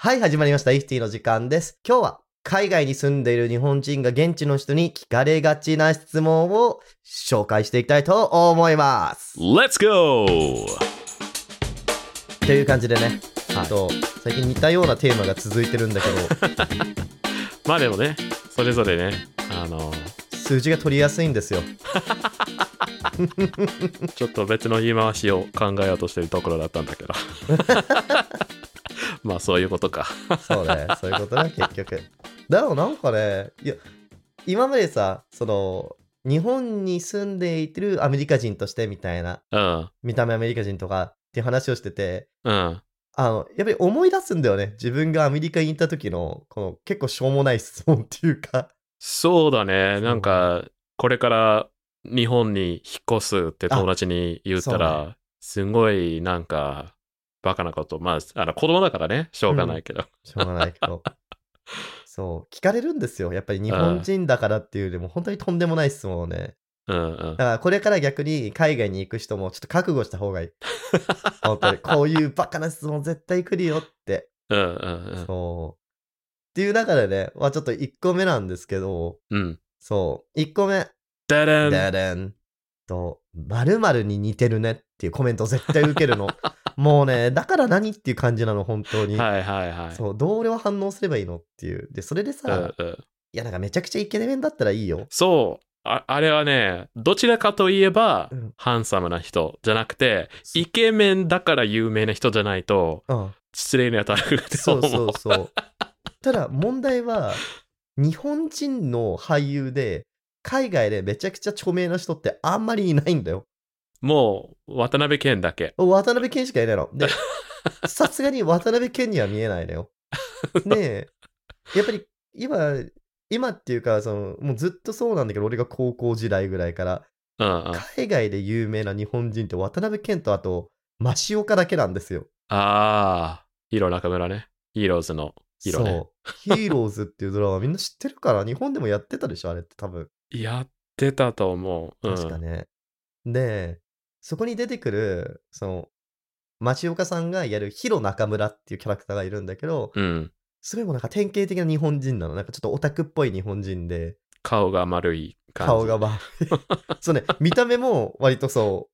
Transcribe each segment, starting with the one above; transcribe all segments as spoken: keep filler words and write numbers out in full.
はい、始まりました。イフティの時間です。今日は海外に住んでいる日本人が現地の人に聞かれがちな質問を紹介していきたいと思います。 Let's go! という感じでね、 はいと最近似たようなテーマが続いてるんだけどまあでもね、それぞれね、あの数字が取りやすいんですよ。 ちょっと別の言い回しを考えようとしてるところだったんだけどまあそういうことかそうね、そういうことだ結局。だからなんかね、いや今までさ、その日本に住んでいるアメリカ人としてみたいな、 うん見た目アメリカ人とかっていう話をしてて、 うんあのやっぱり思い出すんだよね。自分がアメリカに行った時のこの結構しょうもない質問っていうか。 そうだね、 そうなんかこれから日本に引っ越すって友達に言ったそうら、 ねすごいなんかバカなこと、まああの子供だからね、しょうがないけど、 しょうがないけど。そう聞かれるんですよ。やっぱり日本人だからっていうよりも本当にとんでもない質問をね。 うんうんだからこれから逆に海外に行く人もちょっと覚悟した方がいい。本当にこういうバカな質問絶対来るよって。 うんうんうんそうっていう中でね、まあちょっといっこめなんですけど、 うんそういっこめダダンででんと〇〇に似てるねっていうコメントを絶対受けるの。もうね、だから何っていう感じなの本当に。 はいはいはいそうどう俺は反応すればいいのっていう。でそれでさ、 うんうんいやなんかめちゃくちゃイケメンだったらいいよ。 そうあ、あれはね、どちらかといえば、 うんハンサムな人じゃなくて、 そうイケメンだから有名な人じゃないと、 うん失礼に当たるってそう思そうそう。ただ問題は日本人の俳優で海外でめちゃくちゃ著名な人ってあんまりいないんだよ。 もう、渡辺謙だけ。 渡辺謙しかいないの。で、さすがに渡辺謙には見えないのよ。で、やっぱり今、今っていうか、その、もうずっとそうなんだけど、俺が高校時代ぐらいから、 うんうん。 海外で有名な日本人って渡辺謙とあと、増岡だけなんですよ。 あー、ヒーロー中村ね。ヒーローズのヒーローね。 そう。ヒーローズっていうドラマみんな知ってるから、日本でもやってたでしょ、あれって多分。 やってたと思う。うん、 確かね。で、そこに出てくる、その、増岡さんがやるヒロ中村っていうキャラクターがいるんだけど、 うん。 それもなんか典型的な日本人なの。なんかちょっとオタクっぽい日本人で、 顔が丸い感じ。 顔が丸い。そうね、見た目も割とそう、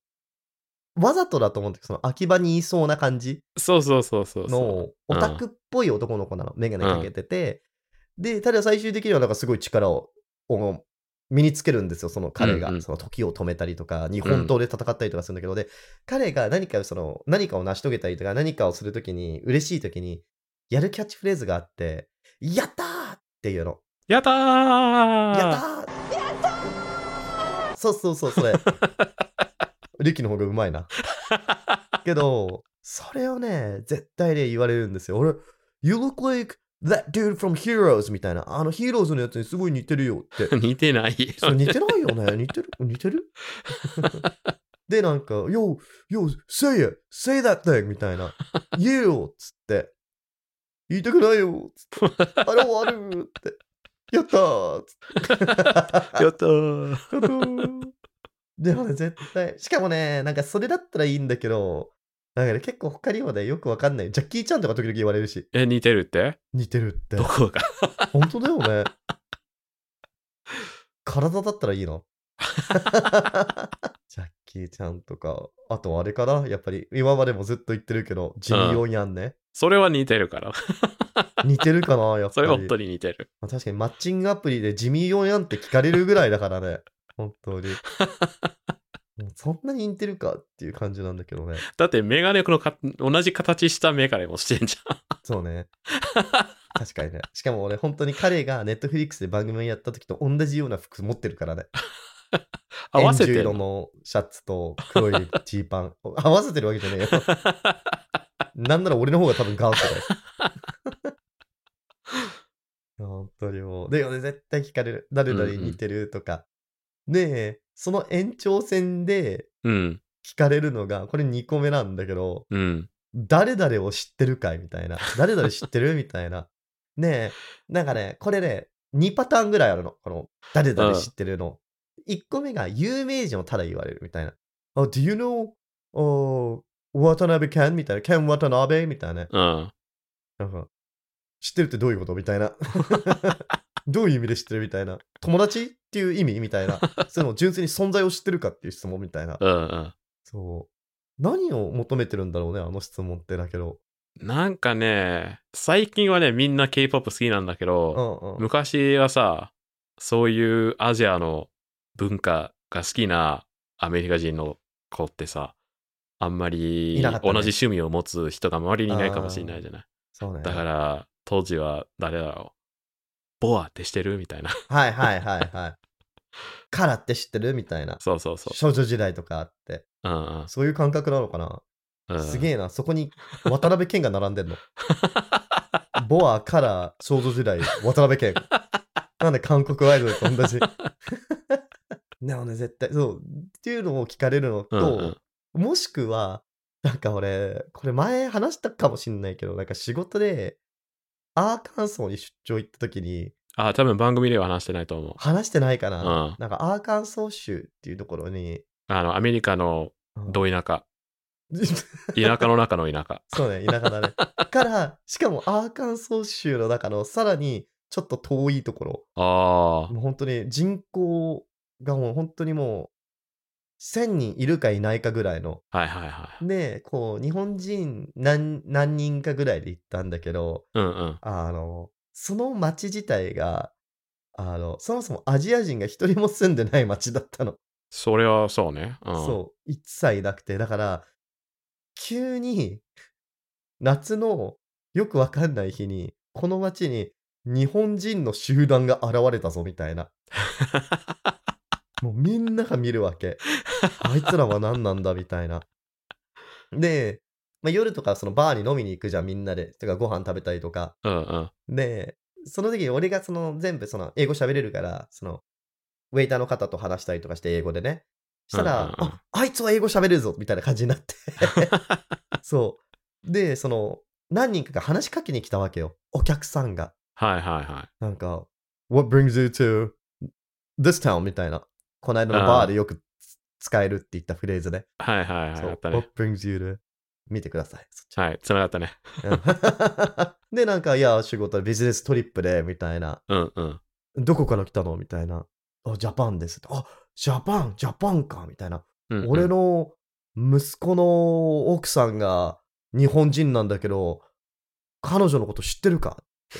わざとだと思うんだけど、その秋葉にいそうな感じそうそうそうそうそう。 のオタクっぽい男の子なの。メガネかけてて、で、ただ最終的にはなんかすごい力をを身につけるんですよ、その彼が。 うんうんその時を止めたりとか、日本刀で戦ったりとかするんだけど、で、彼が何かその、何かを成し遂げたりとか、何かをするときに、嬉しいときに、やるキャッチフレーズがあって、やったーっていうの。 やったーやったーやったーそうそうそう、それ。リキの方がうまいな。けど、それをね、絶対ね、言われるんですよ。俺、You look like that dude from Heroes みたいな。あのヒーローズのやつにすごい似てるよって。 似てないよ。 そう似てないよね。似てる似てるで、なんか、Yo, yo, say it, say that thing みたいな。言えよっつって。言いたくないよっつって。あれ終わるって。やったーっつって。 やったー。 やったーでもね、絶対。しかもね、なんかそれだったらいいんだけど、なんかね、結構他にもね、よくわかんない。ジャッキーちゃんとか時々言われるし。 え、似てるって似てるってど。こが本当だよね。体だったらいいの。ジャッキーちゃんとか、あとあれかなやっぱり、今までもずっと言ってるけど、ジミー・オンヤンね。 それは似てるから。 似てるかなやっぱり。 それは本当に似てる。 まあ確かにマッチングアプリでジミー・オンヤンって聞かれるぐらいだからね。本当に。もうそんなに似てるかっていう感じなんだけどね。 だってメガネのか同じ形したメガネもしてんじゃん。 そうね。確かにね。しかも俺本当に彼がネットフリックスで番組をやった時と同じような服持ってるからね。 合わせてエンジュる色のシャツと黒いジーパン。合わせてるわけじゃねえよ。なんなら俺の方が多分ガーッとだよ。本当にもう。でもね、絶対聞かれる。誰々に似てるとか。で、うんうん、その延長線で聞かれるのが、これにこめなんだけど、 うん、 誰々を知ってるかいみたいな。誰々知ってるみたいな。ねえ、なんかね、これね、にパターンぐらいあるの。この、誰々知ってるの。いっこめが有名人をただ言われるみたいな。Oh, do you know, oh, 渡辺謙みたいな。謙渡辺みたいなね。 うん。 なんか、 知ってるってどういうことみたいな。どういう意味で知ってるみたいな。友達っていう意味みたいな。その純粋に存在を知ってるかっていう質問みたいな。 うんうん。 そう。何を求めてるんだろうね、あの質問ってだけど。 なんかね、最近はね、みんな K-ポップ 好きなんだけど、 うんうん。 昔はさ、そういうアジアの文化が好きなアメリカ人の子ってさ、あんまいなかったねり同じ趣味を持つ人が周りにいないかもしれないじゃない。 そうね。 だから、当時は誰だろう。ボアってしてるみたいな。 はいはいはいはい。カラって知ってるみたいな。 そうそうそう。 少女時代とかあって。 うんうん。 そういう感覚なのかな。 うん、 すげえな。そこに渡辺謙が並んでんの。ボア、カラ、少女時代、渡辺謙。なんで韓国アイドルと同じ。でもね、絶対、そう。っていうのを聞かれるのと、 うんうんもしくは、なんか俺、これ前話したかもしんないけど、なんか仕事で、アーカンソーに出張行った時に、 あ、多分番組では話してないと思う。 話してないかな、 うんなんかアーカンソー州っていうところに、 あの、アメリカのうんど田舎。田舎の中の田舎。 そうね、田舎だね。から、しかもアーカンソー州の中のさらにちょっと遠いところ、 あもう本当に人口がもう本当にもうせんにんいるかいないかぐらいの。 あ。はいはいはい。 で、こう、日本人何何人かぐらいで行ったんだけど、 うんうん。 あの、その町自体が、あの、そもそもアジア人が一人も住んでない町だったの。 それはそうね。うん。 そう、一切いなくて。だから、急に夏のよくわかんない日に、この町に日本人の集団が現れたぞみたいな。もうみんなが見るわけ。あいつらは何なんだみたいな。で、まあ、夜とかそのバーに飲みに行くじゃん、みんなで。てかご飯食べたりとか。 うんうん。 で、その時に俺がその全部その英語喋れるから、そのウェイターの方と話したりとかして英語でね。したら、 うんうんうんあ、あいつは英語喋れるぞみたいな感じになって。そう。で、その、何人かが話しかけに来たわけよ。お客さんが。 はいはいはい。 なんか、What brings you to this town? みたいな。この間のバーでよく使えるって言ったフレーズね。 はいはいはい。 そう。 あったね。 What brings you to 見てください。そっち。 はい。つながったね。 うんで、なんか、いや、仕事、ビジネストリップで、みたいな。 うんうん。 どこから来たのみたいな。あ、ジャパンです。あ、ジャパン、ジャパンか。みたいな。 うんうん、 俺の息子の奥さんが日本人なんだけど、彼女のこと知ってるかって。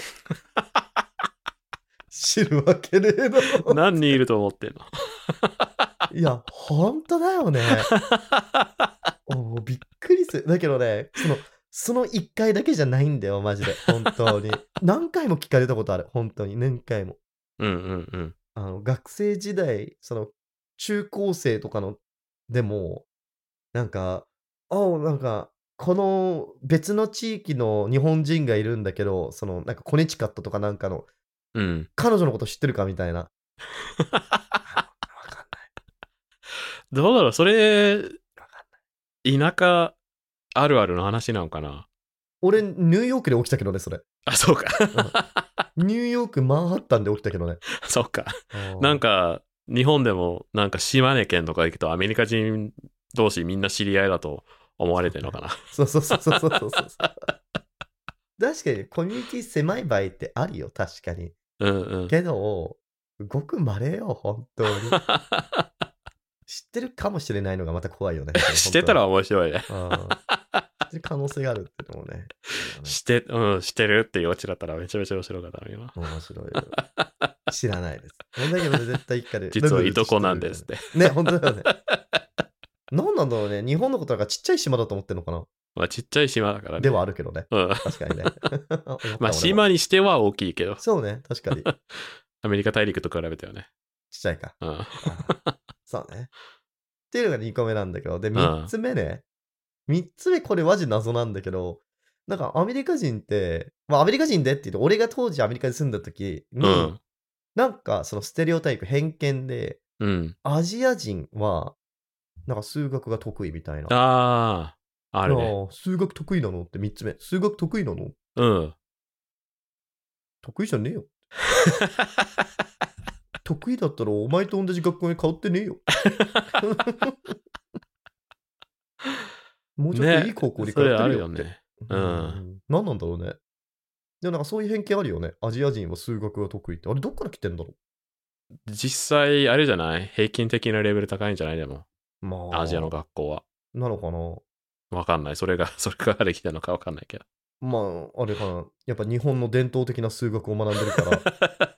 知るわけねえだろ。 何人いると思ってんのいや、ほんとだよね。おびっくりする。だけどね、その、その一回だけじゃないんだよ、マジで。本当に。何回も聞かれたことある。本当に。何回も。 うんうんうん。 あの、学生時代、その、中高生とかの、でも、なんか、あなんか、この別の地域の日本人がいるんだけど、その、なんかコネチカットとかなんかの、 うん。 彼女のこと知ってるかみたいな。わかんない。 どうだろうそれ、 わかんない。 田舎あるあるの話なのかな俺、ニューヨークで起きたけどね、それ。 あ、そうか。 うん、ニューヨーク、マンハッタンで起きたけどね。 そうか。なんか、日本でも、なんか島根県とか行くとアメリカ人同士みんな知り合いだと思われてるのかな。 そうそうそうそうそうそうそう。確かに、コミュニティ狭い場合ってあるよ、確かに。 うんうん。 けど、ごく稀よ、本当に。知ってるかもしれないのがまた怖いよね。 知ってたら面白いね。 知ってる可能性があるってのもね。 知って、うん、知ってるっていうオチだったらめちゃめちゃ面白かったのよ。 面白いよ。知らないです。だけどね、絶対一家で。 実はいとこなんですって。 ね、本当だよね。何なんだろうね。日本のことなんかちっちゃい島だと思ってんのかな。 まあちっちゃい島だからね。 ではあるけどね。 うん。 確かにね。 まあ島にしては大きいけど。 そうね、確かに。 アメリカ大陸と比べてはね。 ちっちゃいか。 うん。 そうね。っていうのがにこめなんだけど、で、みっつめね。みっつめこれマジ謎なんだけど、なんかアメリカ人って、まあアメリカ人でって言うと、俺が当時アメリカに住んだ時に、うん、なんかそのステレオタイプ、偏見で、 うん、 アジア人は、なんか数学が得意みたいな。 ああ、あるね。 数学得意なのってみっつめ。数学得意なのうん。 得意じゃねえよ。得意だったらお前と同じ学校に通ってねえよ。もうちょっといい高校に通ってるよって。 ね、それあるよね。うん。 何なんだろうね。 でもなんかそういう偏見あるよね。アジア人は数学が得意って。あれどっから来てんだろ実際、あれじゃない平均的なレベル高いんじゃないでも。 う。まアジアのあ、 学校は。 なのかな。 わかんない。それが、それからできたのかわかんないけど。 まあ、あれかな。やっぱ日本の伝統的な数学を学んでるから、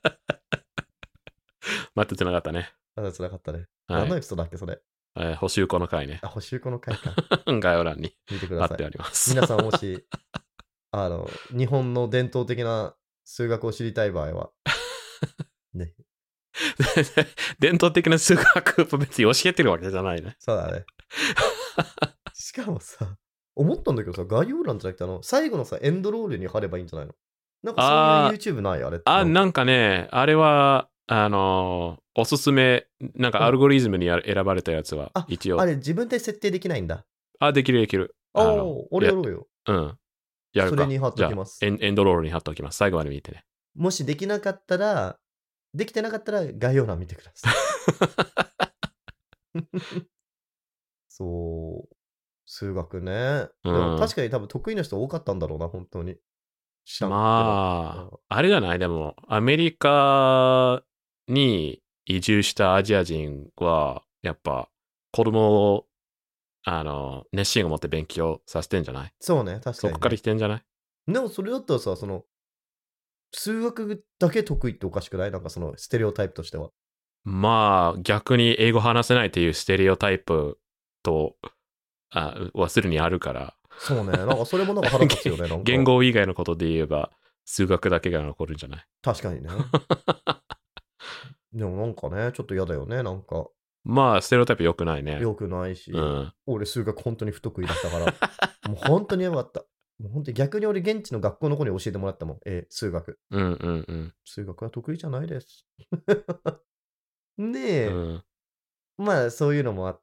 待っててなかったね。 あら、辛かったね。 はい。 何のエピソードだっけ、それ。 えー補習校の回ね。 あ、補習校の回か。 概要欄に見てください貼ってあ。ります。 皆さんもし、あの、日本の伝統的な数学を知りたい場合は、ね、 伝統的な数学を別に教えてるわけじゃないね。 そうだね。しかもさ、思ったんだけどさ、概要欄じゃなくて、あの、最後のさ、エンドロールに貼ればいいんじゃないのなんかあそういう YouTube ないあれって。 あ、 なんかなんかね、あれは、あのーおすすめ、なんかアルゴリズムにや選ばれたやつはあ、 一応。 あれ自分で設定できないんだ。 あ、できるできる。 あああの、 俺やろうよ。 うん。やるか。 それに貼っときますじゃあエン、エンドロールに貼っておきます。最後まで見てね。 もしできなかったら、できてなかったら概要欄見てください。そう。数学ね。でもうん確かに多分得意な人多かったんだろうな、本当に。知らんけど。 まあ、あれじゃないでも、アメリカに移住したアジア人は、やっぱ、子供を、あの、熱心を持って勉強させてんじゃないそうね、確かに、ね。 そこから来てんじゃないでもそれだったらさ、その、数学だけ得意っておかしくないなんかそのステレオタイプとしては。 まあ、逆に英語話せないっていうステレオタイプと、あはするにあるから。 そうね、なんかそれもなんか腹立つよね、なんか。 言語以外のことで言えば、数学だけが残るんじゃない確かにね。でもなんかね、ちょっと嫌だよね、なんか。 まあ、ステレオタイプ良くないね。 良くないし、 うん。 俺数学本当に不得意だったから、もう本当にやばかった。もう本当に逆に俺現地の学校の子に教えてもらったもん、えー数学。 うんうんうん。 数学は得意じゃないです。で、 うん。 まあそういうのもあって、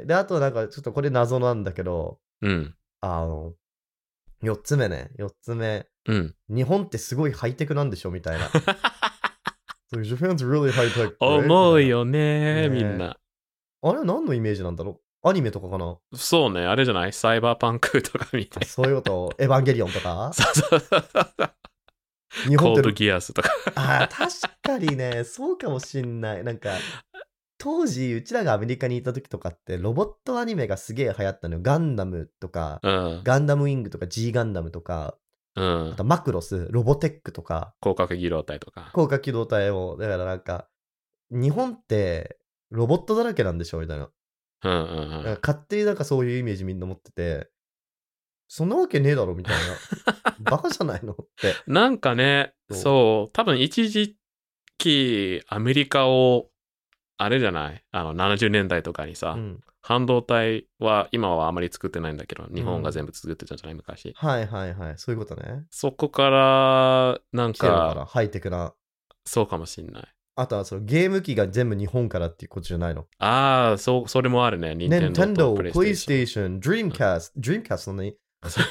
で、あとなんかちょっとこれ謎なんだけど、 うん。 あの、よっつめね、よっつめ、 うん。 日本ってすごいハイテクなんでしょみたいな。So Japan's really high tech, right? 思うみたいよね、 ねみんな。 な。あれは何のイメージなんだろうアニメとかかなそうね、あれじゃないサイバーパンクとか見て。 そういうこと、エヴァンゲリオンとかそうそうそうそう。 日本ってコードギアスとか。 ああ、確かにね、そうかもしんない。なんか、当時、うちらがアメリカにいた時とかって、ロボットアニメがすげえ流行ったのよ。ガンダムとか、 うん。 ガンダムウィングとか G ガンダムとか、 うんあと。マクロス、ロボテックとか、 広角機動隊とか。 高架機動隊を、だからなんか、日本ってロボットだらけなんでしょみたいな。 うんうんうん。 なんか勝手になんかそういうイメージみんな持ってて、そんなわけねえだろみたいな。バカじゃないのって。 なんかね、 そうそう、多分一時期アメリカを、あれじゃないあの、ななじゅうねんだいとかにさ、 うん。 半導体は今はあまり作ってないんだけど、日本が全部作ってたんじゃない昔。 はいはいはい。そういうことね。 そこから、なん来てるのかか、 ら、ハイテクな。 そうかもしんない。 あとはそのゲーム機が全部日本からっていうことじゃないの。 ああ、そう、それもあるね。Nintendo と Nintendo、 PlayStation。 PlayStation、Dreamcast、Dreamcast のね。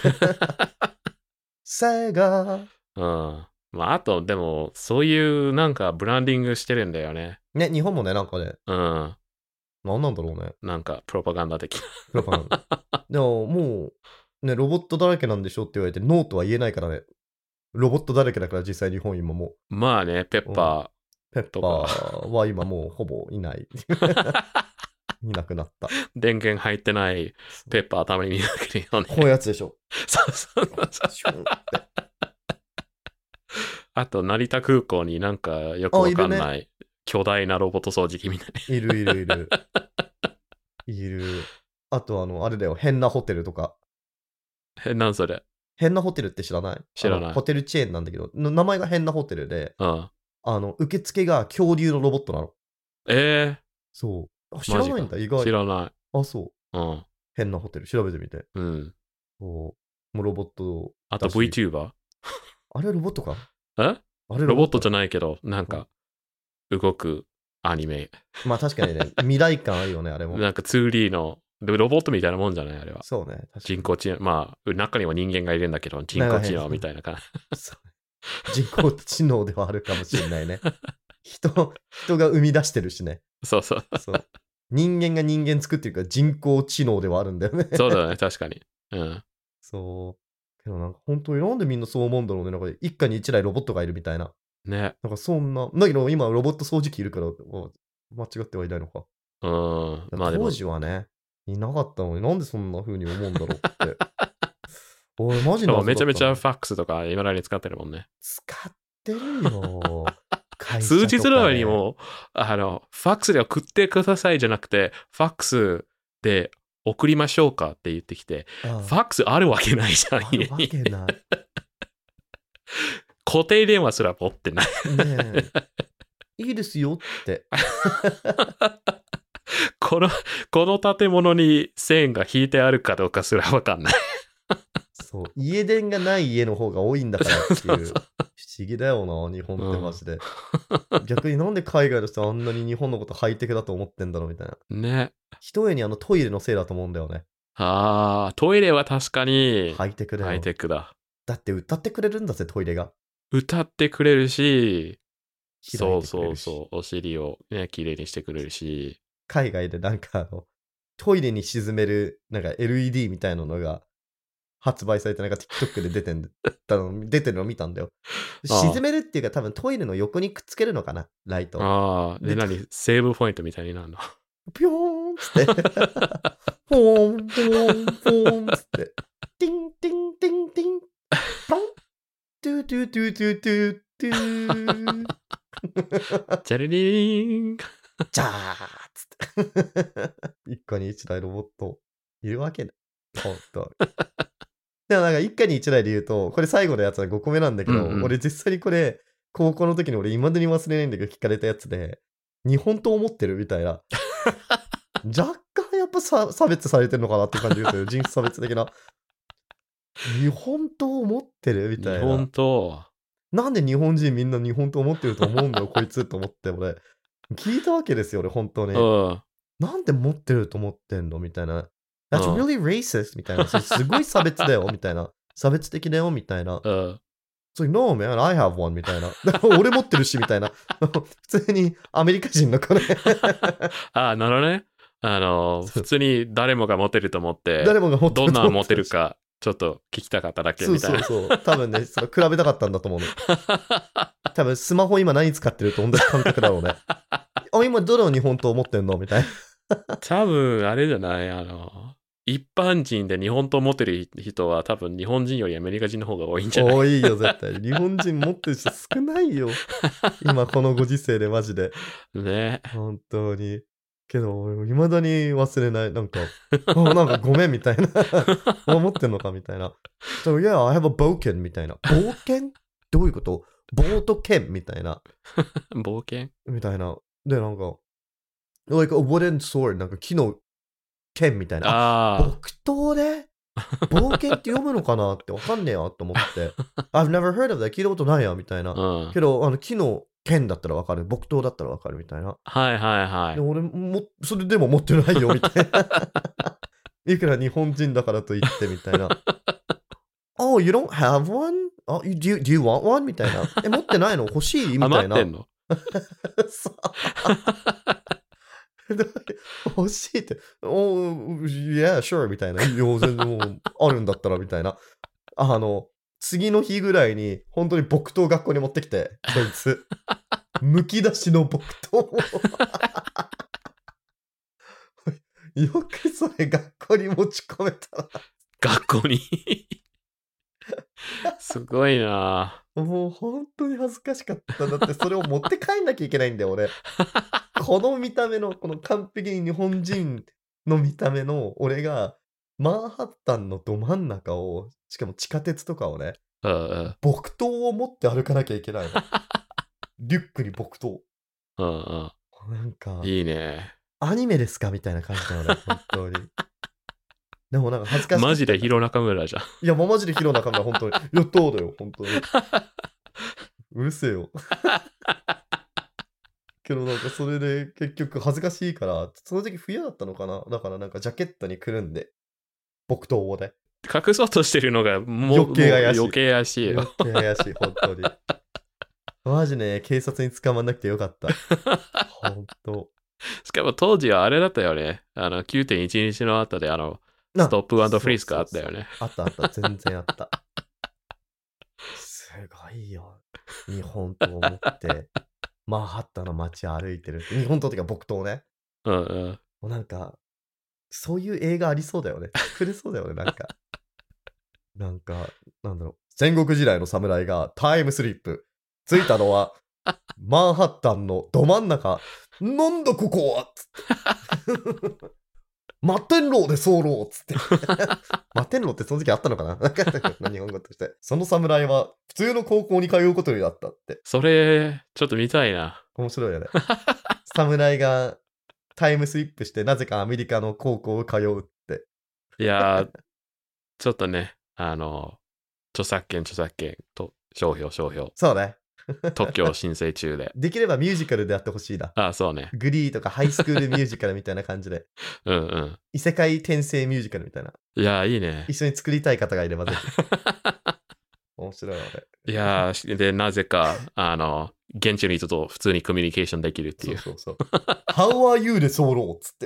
セガ。 うん。まあ、あと、でも、そういうなんかブランディングしてるんだよね。 ね、日本もね、なんかね、 うん。 なんなんだろうね。 なんか、プロパガンダ的プロパガンダでも、もう、ね、ロボットだらけなんでしょって言われて、ノーとは言えないからね。ロボットだらけだから、実際日本今もう。 まあね、ペッパペッパーは今もうほぼいない。 ー。 いなくなった。 電源入ってないペッパーたまに見なけるよね。 こういうやつでしょ。 そうそうそう。 シュンってあと、成田空港になんかよくわかんあない巨大なロボット掃除機みたいいるいるいる。いる。あと、あの、あれだよ、変なホテルとか。 な。え、なんそれ変なホテルって知らない知らないあのホテルチェーンなんだけど、の名前が変なホテルで、 うん。 あの、受付が恐竜のロボットなの。 えそう。あ知ー、マジからないんだ、意外。 知らない。 あ、そう。 うん。 変なホテル、調べてみて。 うん。 そう。もうロボットあとだし VTuber? あれロボットかえあれロボットじゃないないけど、なんか、動くアニメ。 まあ確かにね、未来感あるよね、あれも。 なんか ツーディー の、ロボットみたいなもんじゃないあれは。 そうね、確かに。 人工知能、まあ、中には人間がいるんだけど、人工知能みたいな感じ。 そう人工知能ではあるかもしれないね。人、人が生み出してるしね。 そうそう。 そう。人間が人間作ってるから人工知能ではあるんだよね。 そうだね、確かに。うん。 そう。 けどなんか本当になんでみんなそう思うんだろうね。なんか一家に一台ロボットがいるみたいな。 ね。 なんかそんな。だけど今ロボット掃除機いるから、間違ってはいないのか。 うん。まあでも当時はね、いなかったのになんでそんな風に思うんだろうって。俺マジでも謎だった。 めちゃめちゃファックスとか今だに使ってるもんね。 使ってるよ。 数日前にも、あの、ファックスで送ってくださいじゃなくて、ファックスで送りましょうかって言ってきて、 ああファックスあるわけないじゃん。 あるわけない。 固定電話すら持ってない。 ねえ。いいですよって。 この、この建物に線が引いてあるかどうかすらわかんない。 そう。家電がない家の方が多いんだからっていう。 そうそう不思議だよな、日本ってマジで。うん、逆になんで海外の人はあんなに日本のことハイテクだと思ってんだろうみたいな。 ね。 ひとえにあのトイレのせいだと思うんだよね。 ああ、トイレは確かにハイテクだよ。 ハイテクだ。 だって歌ってくれるんだぜ、トイレが。 歌ってくれるし、そう開いてくれるし。 そうそう、お尻をね、綺麗にしてくれるし。 海外でなんかあの、トイレに沈めるなんか エルイーディー みたいなのが発売されてなんか TikTok で出てんたの出てるのを見たんだよ。沈めるっていうか多分トイレの横にくっつけるのかな、ライト。 ああ、で、 で何セーブポイントみたいになるの。 ピョーンつって。ポーン、ポーン、ポーンつって。ティン、ティン、ティン、ティン。ポン。トゥトゥトゥトゥトゥトゥ。 チャリリーン。 じゃーつって。一家に一台ロボットいるわけだ。本当に。でもなんか一家に一台で言うと、これ最後のやつはごこめなんだけど、 うんうん、 俺実際にこれ、高校の時に俺未だに忘れないんだけど聞かれたやつで、日本刀持ってるみたいな。若干やっぱさ差別されてるのかなって感じですよ。人種差別的な。日本刀持ってるみたいな。 日本刀。 なんで日本人みんな日本刀持ってると思うんだよ、こいつと思って俺。聞いたわけですよ、俺、本当に。 うん。 なんで持ってると思ってんのみたいな。That's really racist みたいな。すごい差別だよ、みたいな。差別的だよ、みたいな。 うん。 So, no, man, I have one みたいな。俺持ってるし、みたいな。普通にアメリカ人のこれ。 ああ、なるほどね。あの、普通に誰もが持ってると思って、 誰もが持ってるどんなの持ってるか、ちょっと聞きたかっただけみたいな。 そうそうそう。多分ね、その比べたかったんだと思うの。多分スマホ今何使ってると同じ感覚だろうね。あ、今どれを日本刀持ってんのみたいな。 多分、あれじゃないあの、一般人で日本刀持ってる人は多分日本人よりアメリカ人の方が多いんじゃない多いよ、絶対。日本人持ってる人少ないよ。今このご時世でマジで。 ね。 本当に。けど、俺、未だに忘れない。なんか、あ、なんかごめんみたいな。持ってんのかみたいな。So, yeah, I have a 冒険みたいな。冒険どういうこと棒と剣みたいな。 冒険みたいな。で、なんか、like a wooden sword なんか木の剣みたいな。ああ、木刀で冒険って読むのかなってわかんねえやと思って。I've never heard of that 聞いたことないやみたいな。 うん、 けど、あの木の剣だったらわかる。木刀だったらわかるみたいな。 はいはいはい。 で俺も、それでも持ってないよみたいな。いくら日本人だからと言ってみたいな。Oh, you don't have one? Oh, do, you, do you want one? みたいな。え、持ってないの欲しいみたいな。 余ってんのそう欲しいって、おー、yeah, sure みたいな。いや、全然もう、あるんだったらみたいな。あの、次の日ぐらいに、本当に木刀学校に持ってきて、こいつ。むき出しの木刀を。よくそれ学校に持ち込めたな。 学校にすごいなもう本当に恥ずかしかった。だってそれを持って帰んなきゃいけないんだよ、俺。この見た目の、この完璧に日本人の見た目の俺が、マンハッタンのど真ん中を、しかも地下鉄とかをね、 うんうん、 木刀を持って歩かなきゃいけないの。リュックに木刀。 うんうん、 なんか、 いいね。 アニメですかみたいな感じなのね、本当に。でもなんか恥ずかしい。 マジでヒロナカムラじゃん。 いや、もうマジでヒロナカムラ、本当に。いや、どうだよ、本当に。うるせえよ。けどなんかそれで結局恥ずかしいから、その時冬だったのかなだからなんかジャケットにくるんで、木刀をね。 隠そうとしてるのがもう余計怪しい。 余計怪しいよ。 余計怪しい、本当に。マジね、警察に捕まんなくてよかった。本当。 しかも当時はあれだったよね。あの きゅうてんいちにちの後であの、ストップ&フリスクあったよね。 あったあった、全然あった。 日本刀を持って、マンハッタンの街歩いてるって。日本刀っていうか木刀ね。 うんうん。 もうなんか、そういう映画ありそうだよね。作れそうだよね、なんか。なんか、なんだろう。戦国時代の侍がタイムスリップ。着いたのは、マンハッタンのど真ん中。なんだここはつって。摩天楼で候つって。摩天楼ってその時あったのかな、なかったかな、日本語として。その侍は普通の高校に通うことになったって。 それ、ちょっと見たいな。 面白いよね。侍がタイムスリップしてなぜかアメリカの高校を通うって。 いやー、ちょっとね、あの、著作権、著作権と、商標、商標。 そうね。 特許申請中で。 できればミュージカルでやってほしいな。 あ、そうね。 グリーとかハイスクールミュージカルみたいな感じで。 うんうん。 異世界転生ミュージカルみたいな。 いやー、いいね。 一緒に作りたい方がいればぜひ。面白いので。 いやー、で、なぜか、あの、現地の人と普通にコミュニケーションできるっていう。 そうそうそう。How are you で候っつって。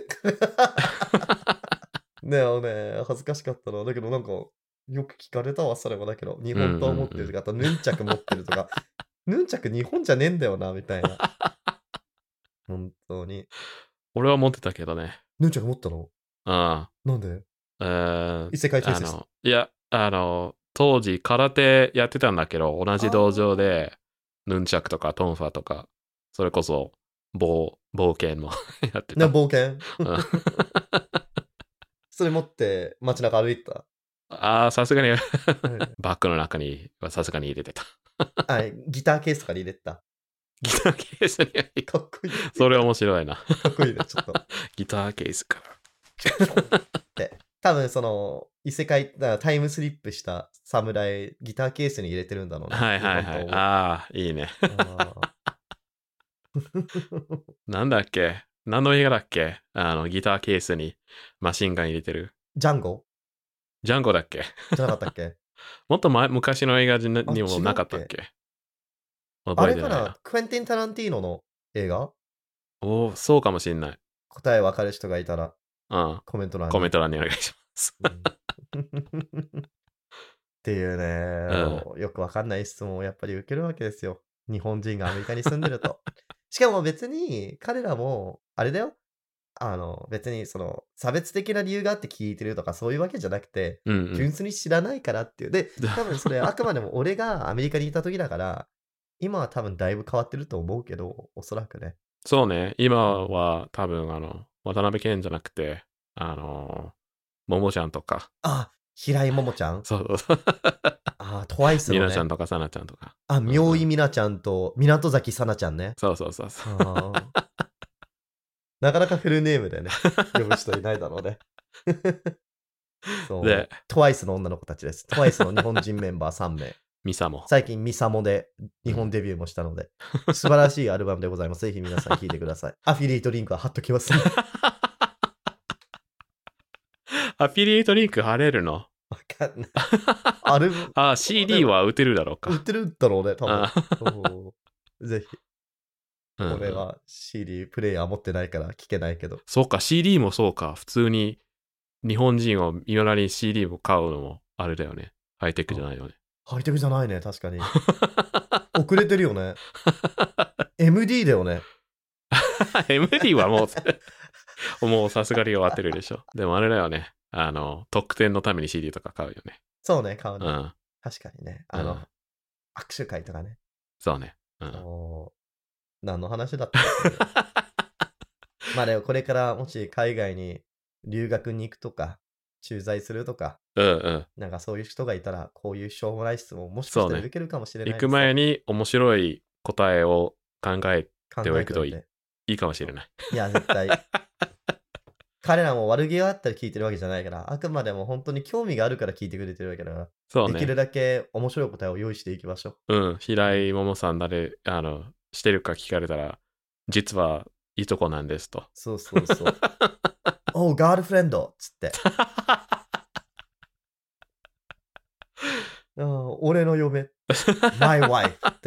ねえね、恥ずかしかったな。だけどなんか、よく聞かれたわ、それもだけど。日本刀持ってるとか、あとヌンチャク持ってるとか。ヌンチャク日本じゃねえんだよな、みたいな。本当に。 俺は持ってたけどね。 ヌンチャク持ったの？ あなんで？ あ。えー、 異世界転生あの、いや、あの、当時空手やってたんだけど、同じ道場で、ヌンチャクとかトンファとか、それこそ、冒、冒険もやってね、 た。 冒険うんそれ持って街中歩いてた？ ああ、さすがにうんバッグの中にはさすがに入れてた。 あ、ギターケースとかに入れてた。 ギターケースに入れかっこいい。 それ面白いな。 かっこいいね、ちょっと。 ギターケースから。 って多分その異世界だからタイムスリップした侍ギターケースに入れてるんだろうね。 はいはいはい。 日本刀をああ、いいね。 あーなんだっけ何の映画だっけあの、ギターケースにマシンガン入れてる。 ジャンゴジャンゴだっけじゃなかったっけもっと前昔の映画にあにもなかったっけあ覚えてないな。 れかなクエンティン・タランティーノの映画おお、そうかもしんない。 答えわかる人がいたらうん。 コメント欄に。 コメント欄にお願いします。 うんっていうね、よくわかんない質問をやっぱり受けるわけですよ。日本人がアメリカに住んでると。しかも別に彼らも、あれだよ。あの、別にその差別的な理由があって聞いてるとかそういうわけじゃなくて、 うんうん。 純粋に知らないからっていう。で、多分それあくまでも俺がアメリカにいた時だから、今は多分だいぶ変わってると思うけど、おそらくね。 そうね。今は多分あの、渡辺謙じゃなくて、あの、ももちゃんとか。 あ、平井桃ちゃんそうそうそう。 あ、トワイスみのね。 なちゃんとかさなちゃんとか。 あ、 うん妙井みなちゃんと港崎さなちゃんね。 そうそうそうそう。 あーなかなかフルネームでね、呼ぶ人いないだろうね。そう。 で、 トワイスの女の子たちです。トワイスの日本人メンバーさん名。 ミサも。 最近ミサモで日本デビューもしたので、素晴らしいアルバムでございます。ぜひ皆さん聴いてください。アフィリエイトリンクは貼っときますね。 アフィリエイトリンク貼れるのわかんない。アルバムあ、シーディー は売ってるだろうか。 売ってるだろうね、多分あ。 そうぜひ。 うんうん俺は シーディー プレイヤー持ってないから聞けないけど。 そうか、シーディー もそうか。普通に日本人は今なりに シーディー を買うのもあれだよね。ハイテクじゃないよね。 ハイテクじゃないね、確かに。遅れてるよね。エムディー だよね。 エムディー はもう、もうさすがに終わってるでしょ。でもあれだよね。あの、特典のために シーディー とか買うよね。 そうね、買うね。 うん。 確かにね。あの、 うん握手会とかね。 そうね。うん。 お何の話だったかまあでもこれからもし海外に留学に行くとか、駐在するとか、 うんうん。 なんかそういう人がいたら、こういうしょうもない質問もしかそうねしたら受けるかもしれない行く前に面白い答えを考え考ておくといいえておいて。 いいかもしれない。 いや、絶対。彼らも悪気があったら聞いてるわけじゃないから、あくまでも本当に興味があるから聞いてくれてるわけだから、 そうね。 できるだけ面白い答えを用意していきましょう。 うん。平井桃さん誰、あの、してるか聞かれたら、実はいとこなんですと。 そうそうそう。おう、ガールフレンドっつって。うん俺の嫁。my wife って。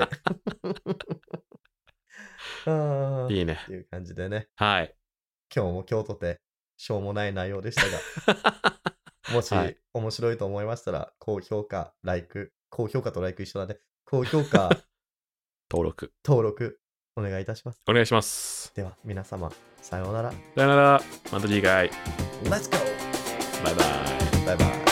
あーいいねっていう感じでね。 はい。 今日も今日とてしょうもない内容でしたが、もしはい面白いと思いましたら、高評価、ライク、高評価とライク一緒だね。高評価、 登録登録お願いいたします。 お願いします。 では皆様、さようなら。 さよなら。また次回。 Let's go! バイバイ。 バイバイ。